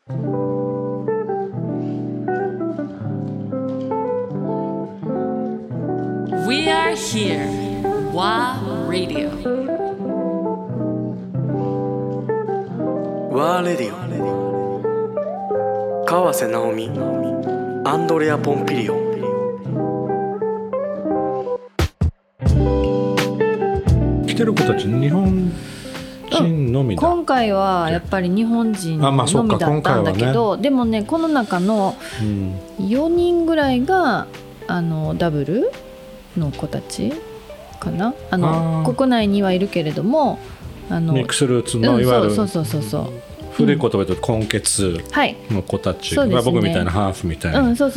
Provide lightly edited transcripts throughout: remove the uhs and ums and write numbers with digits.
We are here. WA Radio. WA Radio。川瀬直美、アンドレア・ポンピリオン。 来てる子たち日本人のみだ、 今回はやっぱり日本人のみだったんだけど、でもねこの中の4人ぐらいがダブルの子たちかな。国内にはいるけれどもミックスルーツのいわゆるそう古い言葉で言うと根血の子たち、はい、僕みたいなハーフみたいな、そう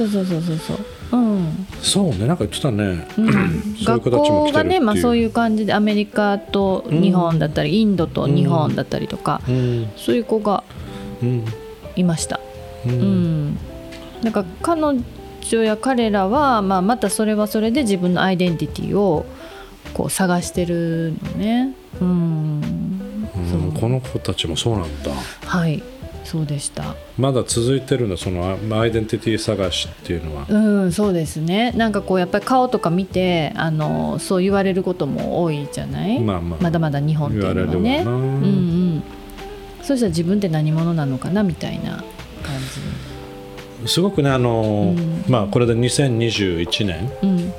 ね、なんか言ってたね、そういう子たちも来てるっていう。学校がね、そういう感じでアメリカと日本だったり、インドと日本だったりとか、そういう子がいました。なんか彼女や彼らは、またそれはそれで自分のアイデンティティをこう探してるのね。 この子たちもそうなんだ。はい、 そうでした。 まだ続いてるの、そのアイデンティティ探しっていうのは。 そうですね。なんかこうやっぱり顔とか見てそう言われることも多いじゃない。まだまだ日本っていうのはね。そうしたら自分って何者なのかなみたいな感じ。すごくねこれで2021年、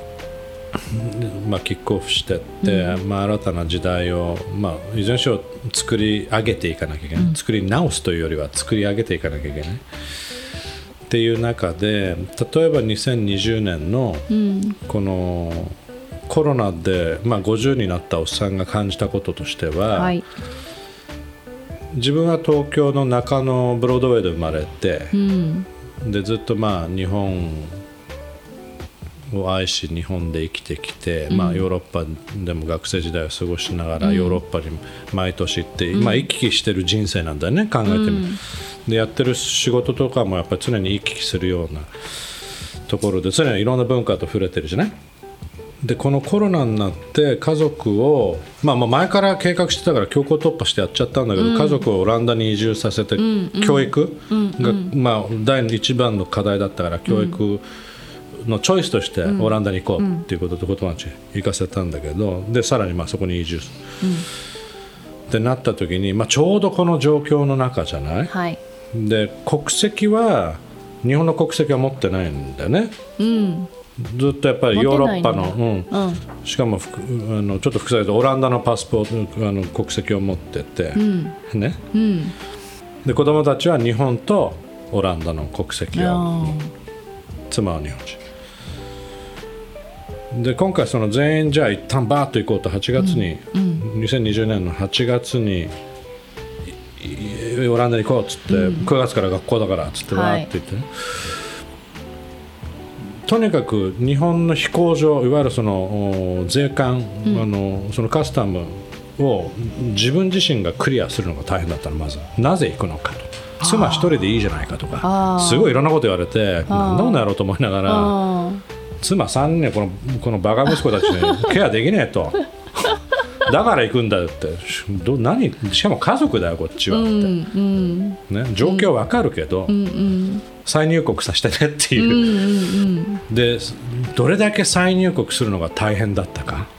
キックオフしてって、新たな時代を、いずれにしろ作り上げていかなきゃいけない、作り直すというよりは作り上げていかなきゃいけないっていう中で、例えば2020年のこのコロナで、50になったおっさんが感じたこととしては、自分は東京の中野ブロードウェイで生まれて、でずっと日本を愛し日本で生きてきて、ヨーロッパでも学生時代を過ごしながらヨーロッパに毎年行って、行き来してる人生なんだよね、考えてみる、でやってる仕事とかもやっぱり常に行き来するようなところで常にいろんな文化と触れてるじゃない。でこのコロナになって家族を、前から計画してたから強行突破してやっちゃったんだけど、家族をオランダに移住させて、教育が、第一番の課題だったから教育のチョイスとしてオランダに行こうっていうことで子供たち行かせたんだけど、でさらにそこに移住する、ってなった時に、ちょうどこの状況の中じゃない、で国籍は日本の国籍は持ってないんだよね、ずっとやっぱりヨーロッパの、しかもちょっと複雑でオランダのパスポート国籍を持ってて、ね、で子供たちは日本とオランダの国籍を、妻は日本人で、今回その全員じゃあ一旦バーッと行こうと8月に、2020年の8月にオランダに行こうっつって、9月から学校だからっつってわーって言ってね、とにかく日本の飛行場、いわゆるその税関、そのカスタムを自分自身がクリアするのが大変だったの。まずなぜ行くのかと、妻一人でいいじゃないかとか、すごいいろんなこと言われて、なんだこの野郎と思いながら、妻3人このバカ息子たちにケアできねえとだから行くんだよって、何しかも家族だよこっちはって、状況わかるけど、再入国させてねっていう、でどれだけ再入国するのが大変だったか、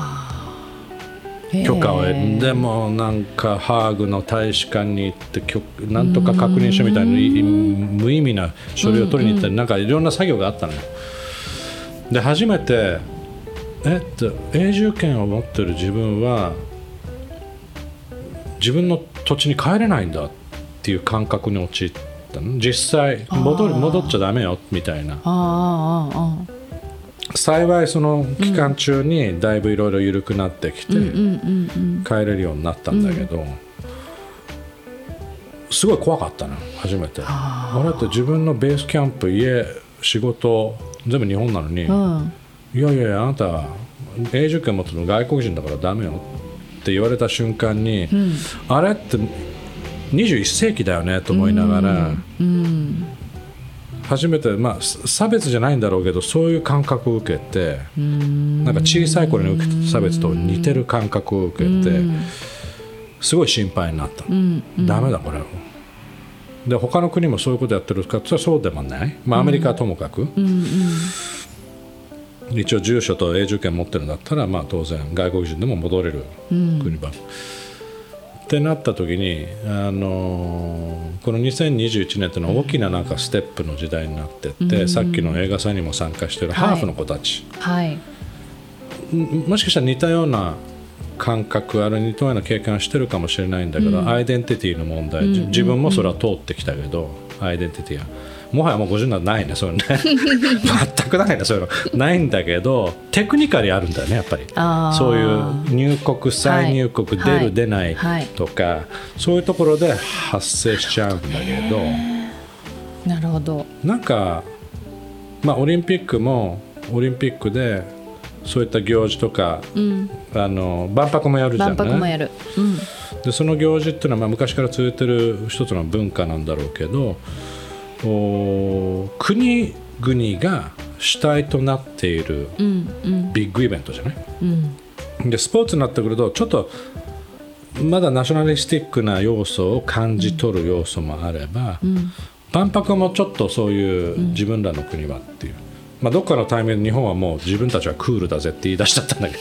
許可を得る。でもなんかハーグの大使館に行ってなんとか確認書みたいな無意味な書類を取りに行ったり、なんかいろんな作業があったのよ。で初めて永住権を持ってる自分は自分の土地に帰れないんだっていう感覚に陥ったの。実際戻っちゃダメよみたいな。幸いその期間中にだいぶいろいろ緩くなってきて帰れるようになったんだけど、すごい怖かったの初めて。あれって自分のベースキャンプ、家、仕事全部日本なのに、いやいやあなた永住権持ってるの外国人だからダメよって言われた瞬間に、あれって21世紀だよねと思いながら、初めて、差別じゃないんだろうけどそういう感覚を受けて、なんか小さい頃に受けた差別と似てる感覚を受けて、すごい心配になった。ダメだこれで他の国もそういうことやってるかってそうでもない、アメリカはともかく、一応住所と永住権持ってるんだったら、当然外国人でも戻れる国ば、ってなった時に、この2021年ってのは大きななんかステップの時代になってって、さっきの映画祭にも参加しているハーフの子たち、もしかしたら似たような感覚、ある似たような経験はしてるかもしれないんだけど、アイデンティティの問題、自分もそれは通ってきたけど、アイデンティティはもはやもう50年ないね、そういうのね全くないね、そういうのないんだけど、テクニカルあるんだよね、やっぱりそういう入国再入国、出る出ないとか、そういうところで発生しちゃうんだけど、 なるほど。 なんか、オリンピックもオリンピックでそういった行事とか、万博もやるじゃない。 万博もやる、 でその行事っていうのは昔から続いてる一つの文化なんだろうけど、国々が主体となっているビッグイベントじゃない、でスポーツになってくるとちょっとまだナショナリスティックな要素を感じ取る要素もあれば、万博もちょっとそういう自分らの国はっていう、どっかのタイミングで日本はもう自分たちはクールだぜって言い出しちゃったんだけ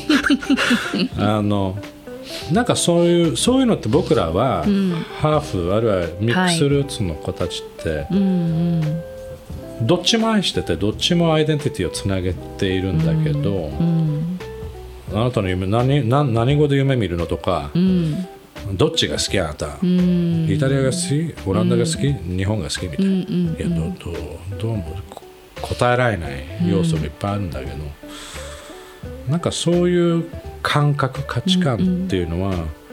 どなんかそういうのって僕らは、ハーフあるいはミックスルーツの子たちって、どっちも愛しててどっちもアイデンティティをつなげているんだけど、あなたの夢 何語で夢見るのとか、どっちが好きあなた、イタリアが好き、オランダが好き、日本が好きみたいな、いやどうも答えられない要素もいっぱいあるんだけど、なんかそういう感覚価値観っていうのは、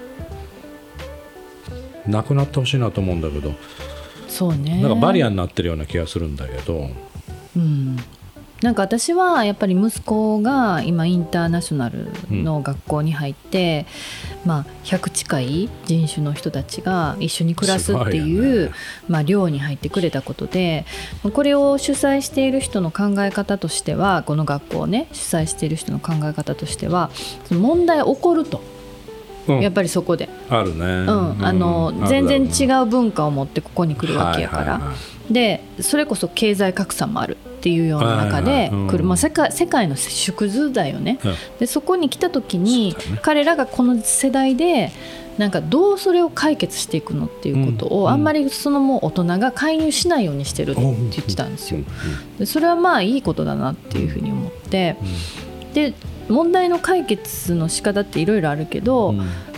なくなってほしいなと思うんだけど、 そうね、 なんかバリアになってるような気がするんだけど、 なんか私はやっぱり息子が今インターナショナルの学校に入って、100近い人種の人たちが一緒に暮らすっていう、寮に入ってくれたことで、これを主催している人の考え方としては、この学校をね主催している人の考え方としては、問題起こると、やっぱりそこであるね、 全然違う文化を持ってここに来るわけやから、でそれこそ経済格差もあるっていうような中で来る、世界の縮図だよね、でそこに来た時に、彼らがこの世代でなんかどうそれを解決していくのっていうことを、あんまりもう大人が介入しないようにしてるって言ってたんですよ。でそれはいいことだなっていうふうに思って、で問題の解決の仕方っていろいろあるけど、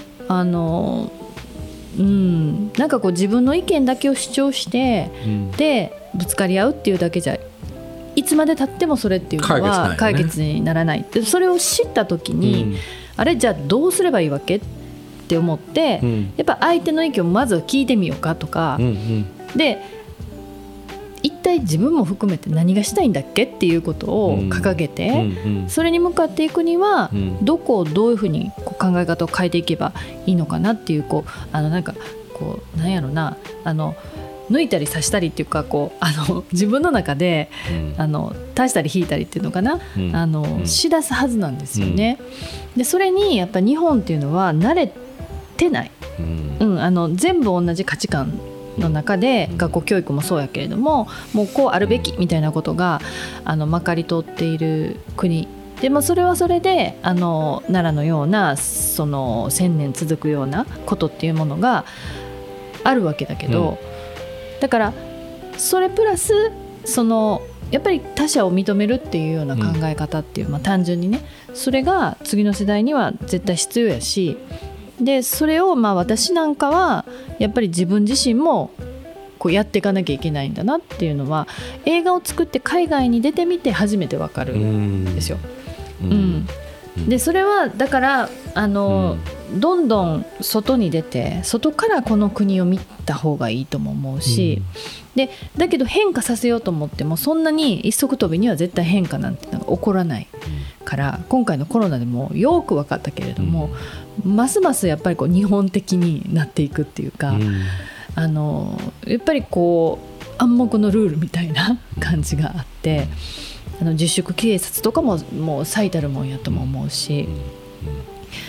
なんかこう自分の意見だけを主張して、でぶつかり合うっていうだけじゃいつまでたってもそれっていうのは解決にならない。でそれを知った時に、あれじゃあどうすればいいわけって思って、やっぱ相手の意見をまずは聞いてみようかとか、で一体自分も含めて何がしたいんだっけっていうことを掲げて、それに向かっていくには、どこをどういうふうに考え方を変えていけばいいのかなっていう、なんかこうなんやろな、抜いたり刺したりっていうか、自分の中で、足したり引いたりっていうのかな、しだすはずなんですよね。でそれにやっぱ日本っていうのは慣れてない、全部同じ価値観の中で、学校教育もそうやけれども、もうこうあるべきみたいなことがまかり通っている国で、それはそれで奈良のようなその1000年続くようなことっていうものがあるわけだけど、だからそれプラスやっぱり他者を認めるっていうような考え方っていう、単純にね、それが次の世代には絶対必要やし、でそれを私なんかはやっぱり自分自身もこうやっていかなきゃいけないんだなっていうのは、映画を作って海外に出てみて初めて分かるんですよ。でそれはだからどんどん外に出て、外からこの国を見た方がいいとも思うし、でだけど変化させようと思ってもそんなに一足飛びには絶対変化なんてのが起こらないから、今回のコロナでもよく分かったけれども、ますますやっぱりこう日本的になっていくっていうか、やっぱりこう暗黙のルールみたいな感じがあって、自粛警察とかももう最たるもんやとも思うし、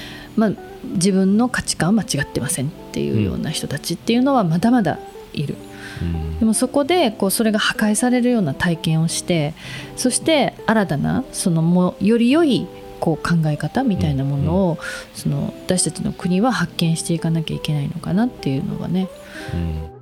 自分の価値観は間違ってませんっていうような人たちっていうのはまだまだいる。 でもそこでこうそれが破壊されるような体験をして、そして新たなそのもより良いこう考え方みたいなものを、その私たちの国は発見していかなきゃいけないのかなっていうのがね、